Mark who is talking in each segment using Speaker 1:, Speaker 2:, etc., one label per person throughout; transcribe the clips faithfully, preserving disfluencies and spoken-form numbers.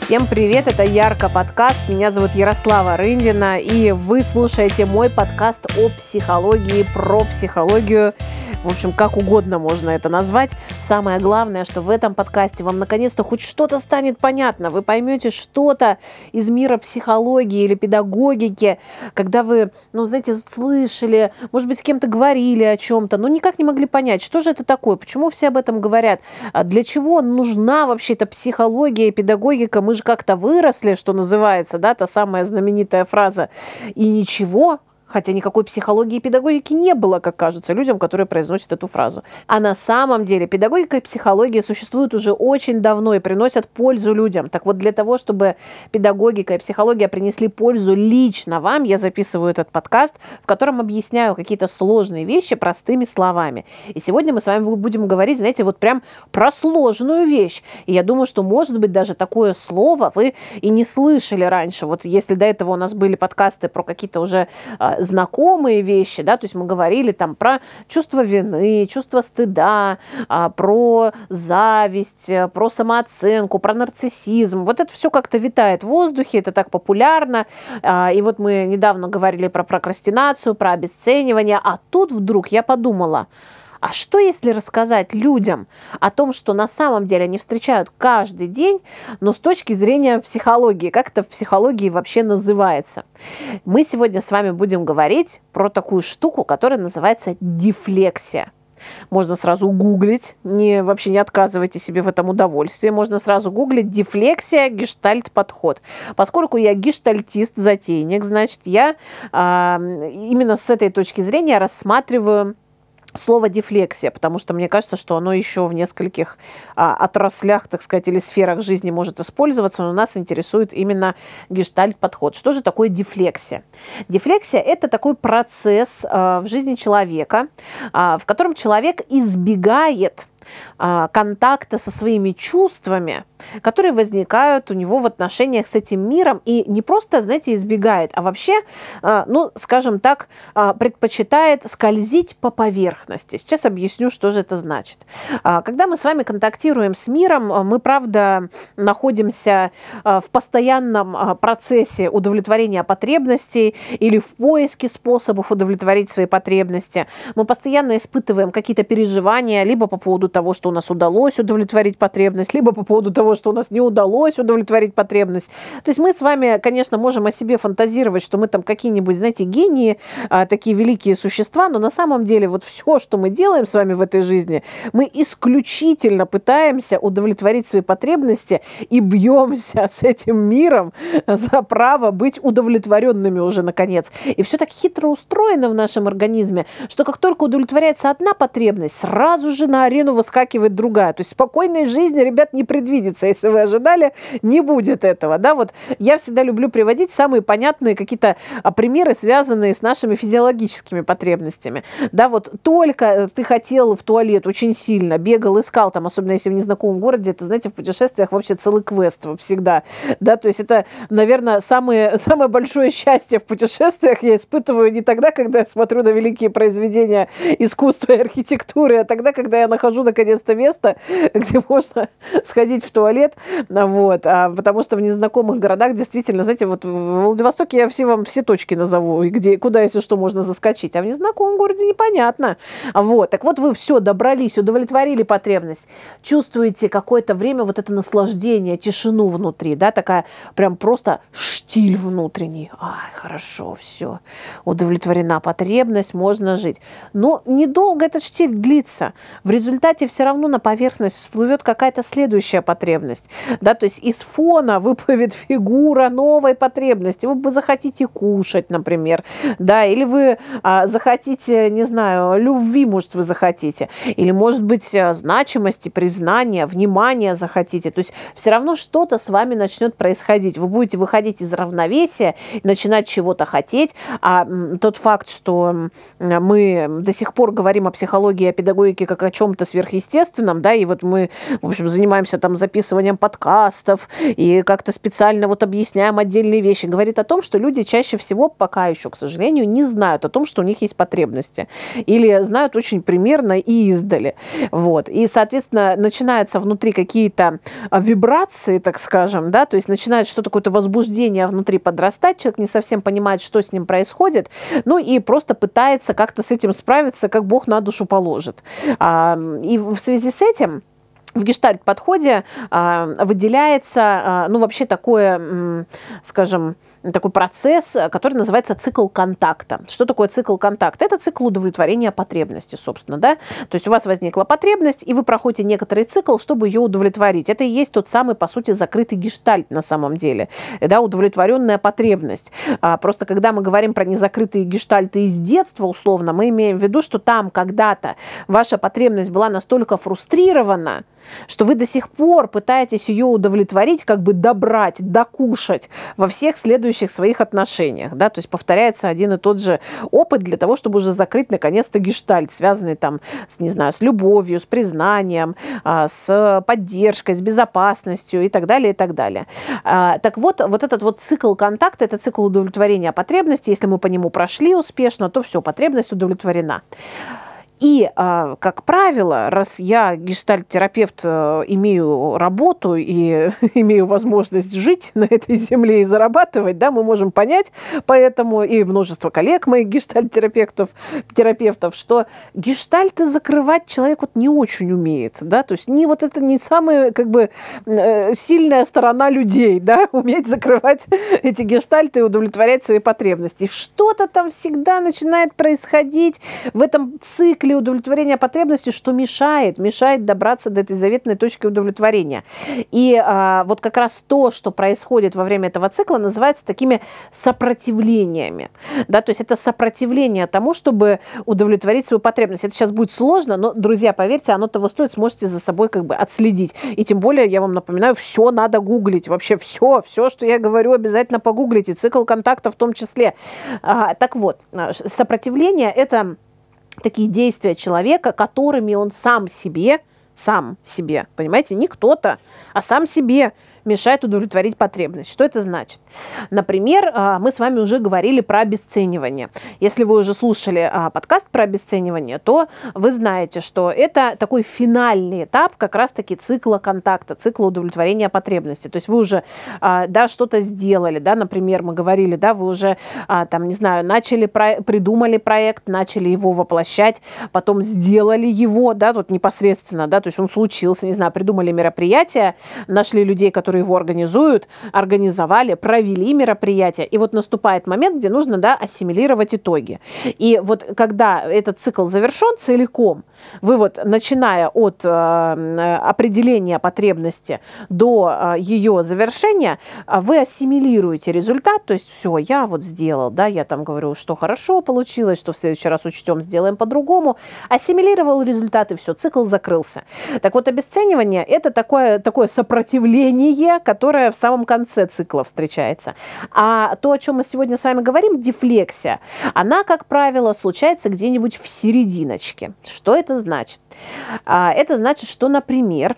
Speaker 1: Всем привет, это Ярко подкаст, меня зовут Ярослава Рындина, и вы слушаете мой подкаст о психологии, про психологию, в общем, как угодно можно это назвать. Самое главное, что в этом подкасте вам наконец-то хоть что-то станет понятно, вы поймете что-то из мира психологии или педагогики, когда вы, ну, знаете, слышали, может быть, с кем-то говорили о чем-то, но никак не могли понять, что же это такое, почему все об этом говорят, для чего нужна вообще эта психология и педагогика. Мы же как-то выросли, что называется, да, та самая знаменитая фраза. И ничего, хотя никакой психологии и педагогики не было, как кажется, людям, которые произносят эту фразу. А на самом деле педагогика и психология существуют уже очень давно и приносят пользу людям. Так вот, для того, чтобы педагогика и психология принесли пользу лично вам, я записываю этот подкаст, в котором объясняю какие-то сложные вещи простыми словами. И сегодня мы с вами будем говорить, знаете, вот прям про сложную вещь. И я думаю, что, может быть, даже такое слово вы и не слышали раньше. Вот если до этого у нас были подкасты про какие-то уже знакомые вещи, да, то есть мы говорили там про чувство вины, чувство стыда, про зависть, про самооценку, про нарциссизм. Вот это все как-то витает в воздухе, это так популярно. И вот мы недавно говорили про прокрастинацию, про обесценивание, а тут вдруг я подумала, а что, если рассказать людям о том, что на самом деле они встречают каждый день, но с точки зрения психологии, как это в психологии вообще называется? Мы сегодня с вами будем говорить про такую штуку, которая называется дефлексия. Можно сразу гуглить, не, вообще не отказывайте себе в этом удовольствии. Можно сразу гуглить дефлексия, гештальт-подход. Поскольку я гештальтист-затейник, значит, я а, именно с этой точки зрения рассматриваю слово дефлексия, потому что мне кажется, что оно еще в нескольких а, отраслях, так сказать, или сферах жизни может использоваться, но нас интересует именно гештальт-подход. Что же такое дефлексия? Дефлексия – это такой процесс а, в жизни человека, а, в котором человек избегает а, контакта со своими чувствами, которые возникают у него в отношениях с этим миром, и не просто, знаете, избегает, а вообще, а, ну, скажем так, а, предпочитает скользить по поверхности. Сейчас объясню, что же это значит. А, когда мы с вами контактируем с миром, мы, правда, находимся а, в постоянном а, процессе удовлетворения потребностей или в поиске способов удовлетворить свои потребности. Мы постоянно испытываем какие-то переживания либо по поводу того, что у нас удалось удовлетворить потребность, либо по поводу того, что у нас не удалось удовлетворить потребность. То есть мы с вами, конечно, можем о себе фантазировать, что мы там какие-нибудь, знаете, гении, а, такие великие существа, но на самом деле вот все, что мы делаем с вами в этой жизни, мы исключительно пытаемся удовлетворить свои потребности и бьемся с этим миром за право быть удовлетворенными уже наконец. И все так хитро устроено в нашем организме, что как только удовлетворяется одна потребность, сразу же на арену выскакивает другая. То есть спокойной жизни, ребят, не предвидится. Если вы ожидали, не будет этого. Да, вот я всегда люблю приводить самые понятные какие-то примеры, связанные с нашими физиологическими потребностями. Да, вот только ты хотел в туалет очень сильно, бегал, искал, там, особенно если в незнакомом городе, это, знаете, в путешествиях вообще целый квест всегда. Да, то есть это, наверное, самое, самое большое счастье в путешествиях я испытываю не тогда, когда я смотрю на великие произведения искусства и архитектуры, а тогда, когда я нахожу наконец-то место, где можно сходить в туалет, вот, а, потому что в незнакомых городах действительно, знаете, вот в Владивостоке я все вам все точки назову, где, куда, если что, можно заскочить, а в незнакомом городе непонятно. Вот, так вот вы все, добрались, удовлетворили потребность, чувствуете какое-то время вот это наслаждение, тишину внутри, да, такая прям просто штиль внутренний. Ай, хорошо, все, удовлетворена потребность, можно жить. Но недолго этот штиль длится. В результате все равно на поверхность всплывет какая-то следующая потребность. Да, то есть из фона выплывет фигура новой потребности. Вы захотите кушать, например, да, или вы а, захотите, не знаю, любви, может, вы захотите, или, может быть, значимости, признания, внимания захотите. То есть все равно что-то с вами начнет происходить. Вы будете выходить из равновесия, начинать чего-то хотеть, а м, тот факт, что мы до сих пор говорим о психологии, о педагогике как о чем-то сверхъестественном, сверхъестественном, да, и вот мы, в общем, занимаемся там записыванием подкастов и как-то специально вот объясняем отдельные вещи, говорит о том, что люди чаще всего пока еще, к сожалению, не знают о том, что у них есть потребности. Или знают очень примерно и издали. Вот. И, соответственно, начинаются внутри какие-то вибрации, так скажем, да, то есть начинает что-то, какое-то возбуждение внутри подрастать, человек не совсем понимает, что с ним происходит, ну и просто пытается как-то с этим справиться, как Бог на душу положит. И в связи с этим в гештальт-подходе а, выделяется, а, ну, вообще такое, м, скажем, такой процесс, который называется цикл контакта. Что такое цикл контакта? Это цикл удовлетворения потребности, собственно, да? То есть у вас возникла потребность, и вы проходите некоторый цикл, чтобы ее удовлетворить. Это и есть тот самый, по сути, закрытый гештальт на самом деле, да, удовлетворенная потребность. А, просто когда мы говорим про незакрытые гештальты из детства, условно, мы имеем в виду, что там когда-то ваша потребность была настолько фрустрирована, что вы до сих пор пытаетесь ее удовлетворить, как бы добрать, докушать во всех следующих своих отношениях. Да? То есть повторяется один и тот же опыт для того, чтобы уже закрыть наконец-то гештальт, связанный там с, не знаю, с любовью, с признанием, с поддержкой, с безопасностью и так далее, и так далее. Так вот, вот этот вот цикл контакта, это цикл удовлетворения потребностей. Если мы по нему прошли успешно, то все, потребность удовлетворена. И, как правило, раз я гештальт-терапевт, имею работу и имею возможность жить на этой земле и зарабатывать, да, мы можем понять, поэтому и множество коллег моих гештальт-терапевтов, терапевтов, что гештальты закрывать человек вот не очень умеет, да, то есть не, вот это не самая, как бы, сильная сторона людей, да, уметь закрывать эти гештальты и удовлетворять свои потребности. Что-то там всегда начинает происходить в этом цикле удовлетворения потребностей, что мешает, мешает добраться до этой заветной точки удовлетворения. И а, вот как раз то, что происходит во время этого цикла, называется такими сопротивлениями. Да, то есть это сопротивление тому, чтобы удовлетворить свою потребность. Это сейчас будет сложно, но, друзья, поверьте, оно того стоит, сможете за собой как бы отследить. И тем более, я вам напоминаю, все надо гуглить. Вообще все, все, что я говорю, обязательно погуглите. Цикл контакта в том числе. А, так вот, сопротивление – это такие действия человека, которыми он сам себе, сам себе, понимаете, не кто-то, а сам себе мешает удовлетворить потребность. Что это значит? Например, мы с вами уже говорили про обесценивание. Если вы уже слушали подкаст про обесценивание, то вы знаете, что это такой финальный этап как раз-таки цикла контакта, цикла удовлетворения потребности. То есть вы уже, да, что-то сделали, да, например, мы говорили, да, вы уже, там, не знаю, начали, придумали проект, начали его воплощать, потом сделали его, да, тут непосредственно, да, то есть он случился, не знаю, придумали мероприятие, нашли людей, которые его организуют, организовали, провели мероприятие, и вот наступает момент, где нужно, да, ассимилировать итоги. И вот когда этот цикл завершен целиком, вы вот, начиная от э, определения потребности до э, ее завершения, вы ассимилируете результат, то есть все, я вот сделал, да, я там говорю, что хорошо получилось, что в следующий раз учтем, сделаем по-другому, ассимилировал результаты, все, цикл закрылся. Так вот, обесценивание – это такое, такое сопротивление, которое в самом конце цикла встречается. А то, о чем мы сегодня с вами говорим, дефлексия, она, как правило, случается где-нибудь в серединочке. Что это значит? Это значит, что, например,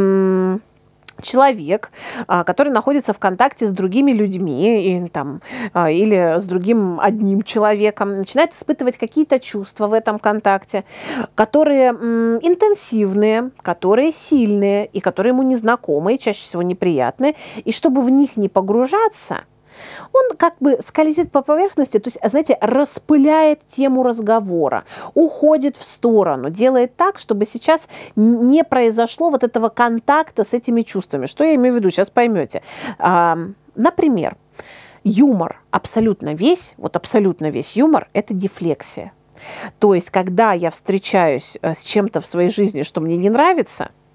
Speaker 1: человек, который находится в контакте с другими людьми и, там, или с другим одним человеком, начинает испытывать какие-то чувства в этом контакте, которые м, интенсивные, которые сильные и которые ему незнакомые, чаще всего неприятные. И чтобы в них не погружаться, он как бы скользит по поверхности, то есть, знаете, распыляет тему разговора, уходит в сторону, делает так, чтобы сейчас не произошло вот этого контакта с этими чувствами. Что я имею в виду? Сейчас поймете. А, например, юмор абсолютно весь, вот абсолютно весь юмор – это дефлексия. То есть, когда я встречаюсь с чем-то в своей жизни, что мне не нравится,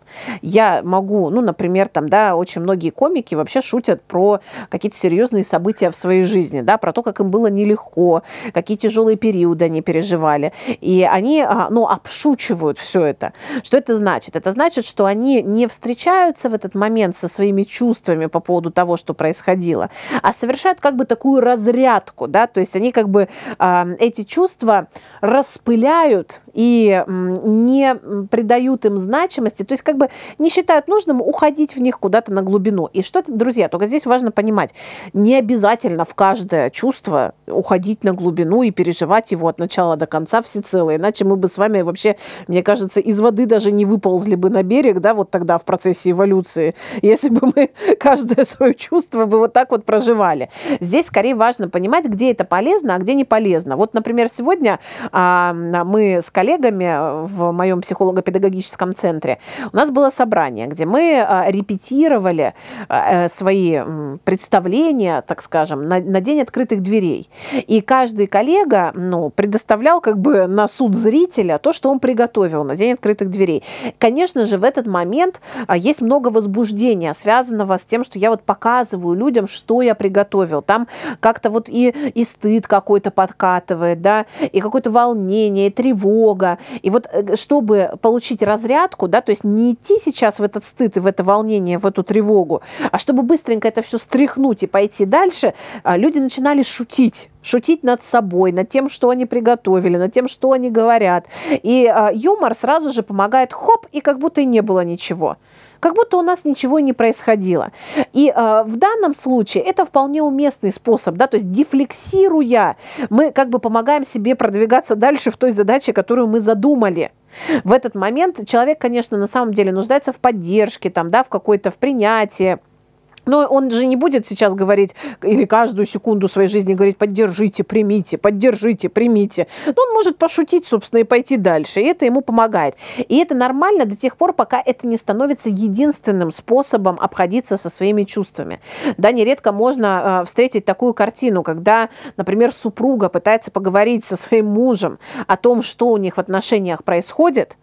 Speaker 1: Я могу, ну, например, там, да, очень многие комики вообще шутят про какие-то серьезные события в своей жизни, да, про то, как им было нелегко, какие тяжелые периоды они переживали. И они, ну, обшучивают все это. Что это значит? Это значит, что они не встречаются в этот момент со своими чувствами по поводу того, что происходило, а совершают как бы такую разрядку, да, то есть они как бы э, эти чувства распыляют и не придают им значимости, то есть как бы не считают нужным уходить в них куда-то на глубину. И что это, друзья, только здесь важно понимать, не обязательно в каждое чувство уходить на глубину и переживать его от начала до конца всецело, иначе мы бы с вами вообще, мне кажется, из воды даже не выползли бы на берег, да, вот тогда в процессе эволюции, если бы мы каждое свое чувство бы вот так вот проживали. Здесь скорее важно понимать, где это полезно, а где не полезно. Вот, например, сегодня а, мы с коллегами в моем психолого-педагогическом центре, у нас было собрание, где мы а, репетировали а, свои м, представления, так скажем, на, на день открытых дверей. И каждый коллега, ну, предоставлял как бы на суд зрителя то, что он приготовил на день открытых дверей. Конечно же, в этот момент а, есть много возбуждения, связанного с тем, что я вот показываю людям, что я приготовил. Там как-то вот и, и стыд какой-то подкатывает, да, и какое-то волнение, и тревога. И вот чтобы получить разрядку, да, то есть не идти сейчас в этот стыд и в это волнение, в эту тревогу, а чтобы быстренько это все стряхнуть и пойти дальше, люди начинали шутить. Шутить над собой, над тем, что они приготовили, над тем, что они говорят. И э, юмор сразу же помогает, хоп, и как будто и не было ничего. Как будто у нас ничего не происходило. И э, в данном случае это вполне уместный способ, да, то есть дефлексируя, мы как бы помогаем себе продвигаться дальше в той задаче, которую мы задумали. В этот момент человек, конечно, на самом деле нуждается в поддержке, там, да, в какой-то, в принятии. Но он же не будет сейчас говорить или каждую секунду своей жизни говорить: поддержите, примите, поддержите, примите. Но он может пошутить, собственно, и пойти дальше. И это ему помогает. И это нормально до тех пор, пока это не становится единственным способом обходиться со своими чувствами. Да, нередко можно э, встретить такую картину, когда, например, супруга пытается поговорить со своим мужем о том, что у них в отношениях происходит,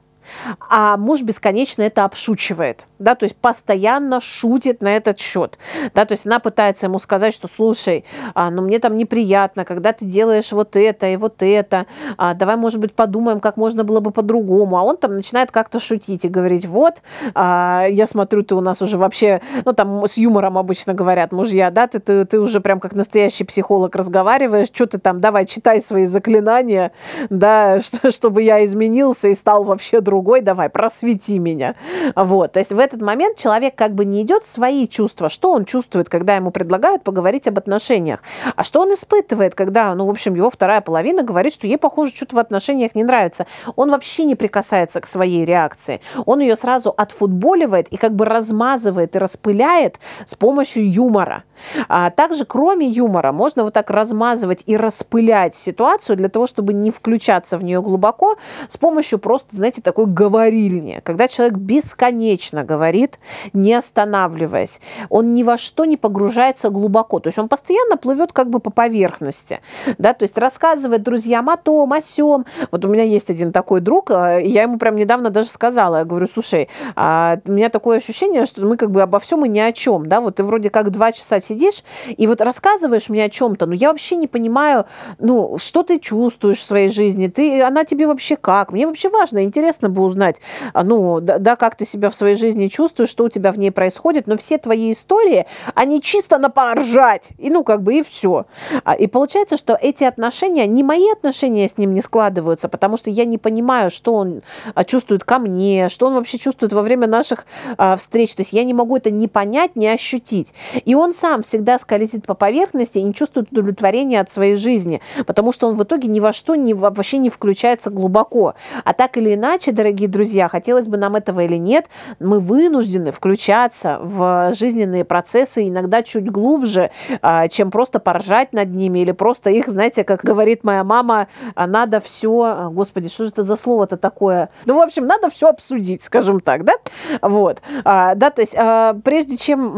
Speaker 1: а муж бесконечно это обшучивает, да, то есть постоянно шутит на этот счет, да, то есть она пытается ему сказать, что слушай, а, ну мне там неприятно, когда ты делаешь вот это и вот это, а, давай, может быть, подумаем, как можно было бы по-другому, а он там начинает как-то шутить и говорить: вот, а, я смотрю, ты у нас уже вообще, ну там с юмором обычно говорят мужья, да, ты, ты, ты уже прям как настоящий психолог разговариваешь, что ты там, давай, читай свои заклинания, да, что, чтобы я изменился и стал вообще другим. Другой, давай, просвети меня. Вот. То есть в этот момент человек как бы не идет в свои чувства. Что он чувствует, когда ему предлагают поговорить об отношениях? А что он испытывает, когда, ну, в общем, его вторая половина говорит, что ей, похоже, что-то в отношениях не нравится. Он вообще не прикасается к своей реакции. Он ее сразу отфутболивает и как бы размазывает и распыляет с помощью юмора. А также, кроме юмора, можно вот так размазывать и распылять ситуацию для того, чтобы не включаться в нее глубоко, с помощью просто, знаете, такой говорильни, когда человек бесконечно говорит, не останавливаясь. Он ни во что не погружается глубоко. То есть он постоянно плывет как бы по поверхности. Да? То есть рассказывает друзьям о том, о сём. Вот у меня есть один такой друг, я ему прям недавно даже сказала, я говорю: слушай, у меня такое ощущение, что мы как бы обо всем и ни о чем. Да? Вот ты вроде как два часа сидишь и вот рассказываешь мне о чем-то, но я вообще не понимаю, ну, что ты чувствуешь в своей жизни, ты, она тебе вообще как? Мне вообще важно, интересно бы узнать, ну, да, да, как ты себя в своей жизни чувствуешь, что у тебя в ней происходит, но все твои истории, они чисто на поржать, и ну, как бы, и все. И получается, что эти отношения, не мои отношения с ним не складываются, потому что я не понимаю, что он чувствует ко мне, что он вообще чувствует во время наших а, встреч, то есть я не могу это ни понять, ни ощутить. И он сам всегда скользит по поверхности и не чувствует удовлетворения от своей жизни, потому что он в итоге ни во что не, вообще не включается глубоко. А так или иначе, дорогие друзья, хотелось бы нам этого или нет, мы вынуждены включаться в жизненные процессы иногда чуть глубже, чем просто поржать над ними или просто их, знаете, как говорит моя мама, надо все, господи, что же это за слово-то такое? Ну, в общем, надо все обсудить, скажем так, да? Вот. Да, то есть прежде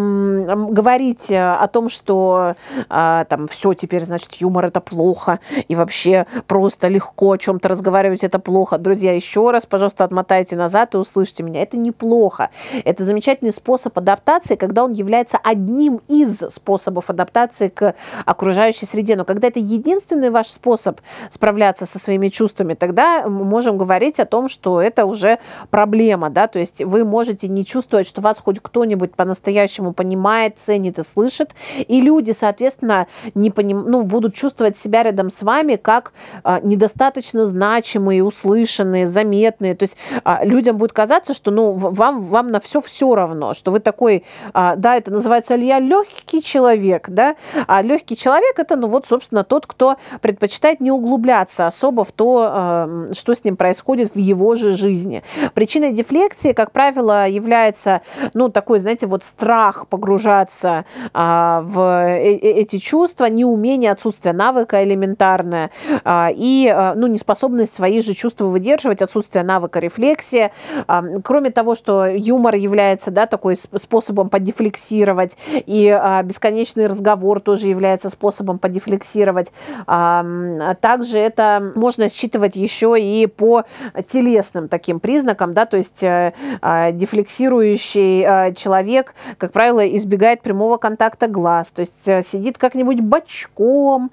Speaker 1: чем говорить о том, что там все теперь, значит, юмор это плохо и вообще просто легко о чем-то разговаривать это плохо. Друзья, еще раз, пожалуйста, отмотайте назад и услышьте меня. Это неплохо. Это замечательный способ адаптации, когда он является одним из способов адаптации к окружающей среде. Но когда это единственный ваш способ справляться со своими чувствами, тогда мы можем говорить о том, что это уже проблема, да, то есть вы можете не чувствовать, что вас хоть кто-нибудь по-настоящему понимает, ценит и слышит, и люди, соответственно, не поним... ну, будут чувствовать себя рядом с вами как а, недостаточно значимые, услышанные, заметные, то есть а, людям будет казаться, что ну, вам, вам на все все равно, что вы такой, а, да, это называется я легкий человек, да, а легкий человек это, ну вот, собственно, тот, кто предпочитает не углубляться особо в то, а, что с ним происходит в его же жизни. Причиной дефлексии, как правило, является, ну, такой, знаете, вот страх погружаться а, в э- эти чувства, неумение, отсутствие навыка элементарное а, и, а, ну, неспособность свои же чувства выдерживать, отсутствие навыка рефлексии. А, кроме того, что юмор является, да, такой способом подефлексировать, и а, бесконечный разговор тоже является способом подефлексировать. А, также это можно считывать еще и по телесным таким признакам, да, то есть а, дефлексирующий а, человек, как правило, избегает прямого контакта глаз, то есть а, сидит как-нибудь бочком,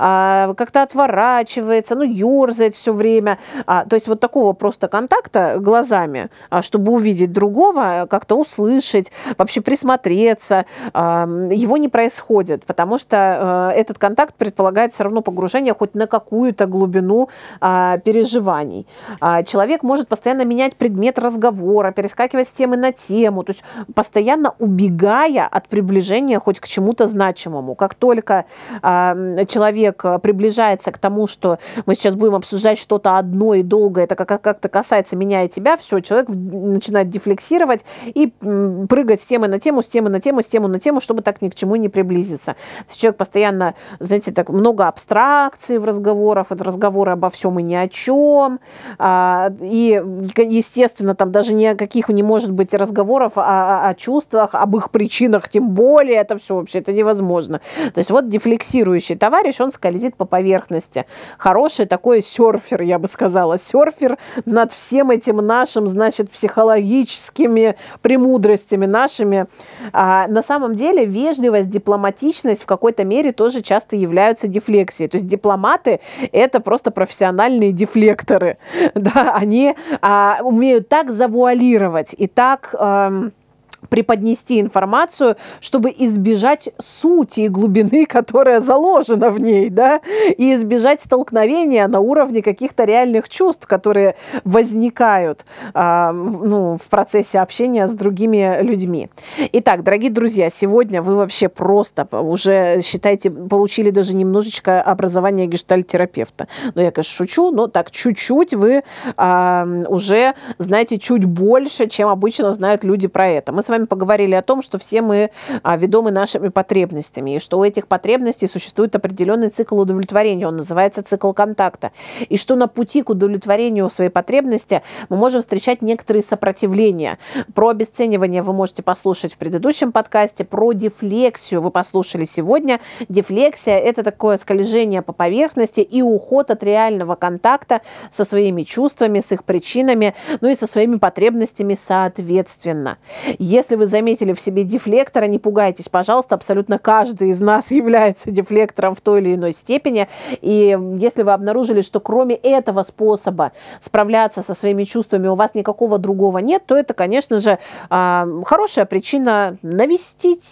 Speaker 1: а, как-то отворачивается, ну, ерзает все время, а, то есть вот такого просто контакта глазами, а, чтобы увидеть другого, как-то услышать, вообще присмотреться, а, его не происходит, потому что а, этот контакт предполагает все равно погружение хоть на какую-то глубину а, переживаний. А, человек может постоянно менять предмет разговора, перескакивать с темы на тему, то есть постоянно убегая от приближения хоть к чему-то значимому. Как только а, человек приближается к тому, что мы сейчас будем обсуждать что-то одно и долго, это как- как-то касается меня и тебя, все, человек начинает дефлексировать и прыгать с темы на тему, с темы на тему, с темы на тему, чтобы так ни к чему не приблизиться. То есть человек постоянно, знаете, так много абстракций в разговорах, это разговоры обо всем и ни о чем, а, и, естественно, там даже ни о каких не может быть разговоров о, о чувствах, об их причинах, тем более, это все вообще, это невозможно. То есть вот дефлексирующий товарищ, он скользит по поверхности. Хороший такой серфер, я бы сказала, серфер над всем этим нашим, значит, психологическими премудростями нашими. А, на самом деле вежливость, дипломатичность в какой-то мере тоже часто являются дефлексией. То есть дипломаты – это просто профессиональные дефлекторы. Да, они а, умеют так завуалировать и так... А, преподнести информацию, чтобы избежать сути и глубины, которая заложена в ней, да, и избежать столкновения на уровне каких-то реальных чувств, которые возникают а, ну, в процессе общения с другими людьми. Итак, дорогие друзья, сегодня вы вообще просто уже, считайте, получили даже немножечко образования гештальт-терапевта. Ну, я, конечно, шучу, но так чуть-чуть вы а, уже знаете чуть больше, чем обычно знают люди про это. Мы с вами поговорили о том, что все мы а, ведомы нашими потребностями, и что у этих потребностей существует определенный цикл удовлетворения, он называется цикл контакта, и что на пути к удовлетворению своей потребности мы можем встречать некоторые сопротивления. Про обесценивание вы можете послушать в предыдущем подкасте, про дефлексию вы послушали сегодня. Дефлексия – это такое скольжение по поверхности и уход от реального контакта со своими чувствами, с их причинами, ну и со своими потребностями соответственно. Если вы заметили в себе дефлектора, не пугайтесь, пожалуйста, абсолютно каждый из нас является дефлектором в той или иной степени. И если вы обнаружили, что кроме этого способа справляться со своими чувствами у вас никакого другого нет, то это, конечно же, хорошая причина навестить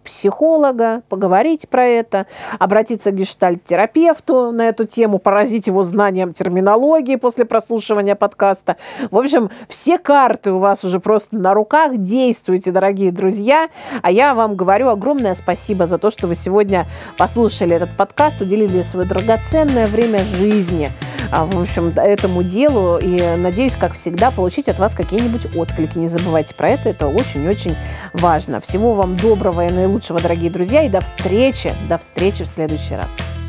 Speaker 1: психолога, поговорить про это, обратиться к гештальт-терапевту на эту тему, поразить его знанием терминологии после прослушивания подкаста. В общем, все карты у вас уже просто на руках. Действуйте, дорогие друзья. А я вам говорю огромное спасибо за то, что вы сегодня послушали этот подкаст, уделили свое драгоценное время жизни, в общем, этому делу. И надеюсь, как всегда, получить от вас какие-нибудь отклики. Не забывайте про это, это очень-очень важно. Всего вам доброго и наилучшего, дорогие друзья, и до встречи, до встречи в следующий раз.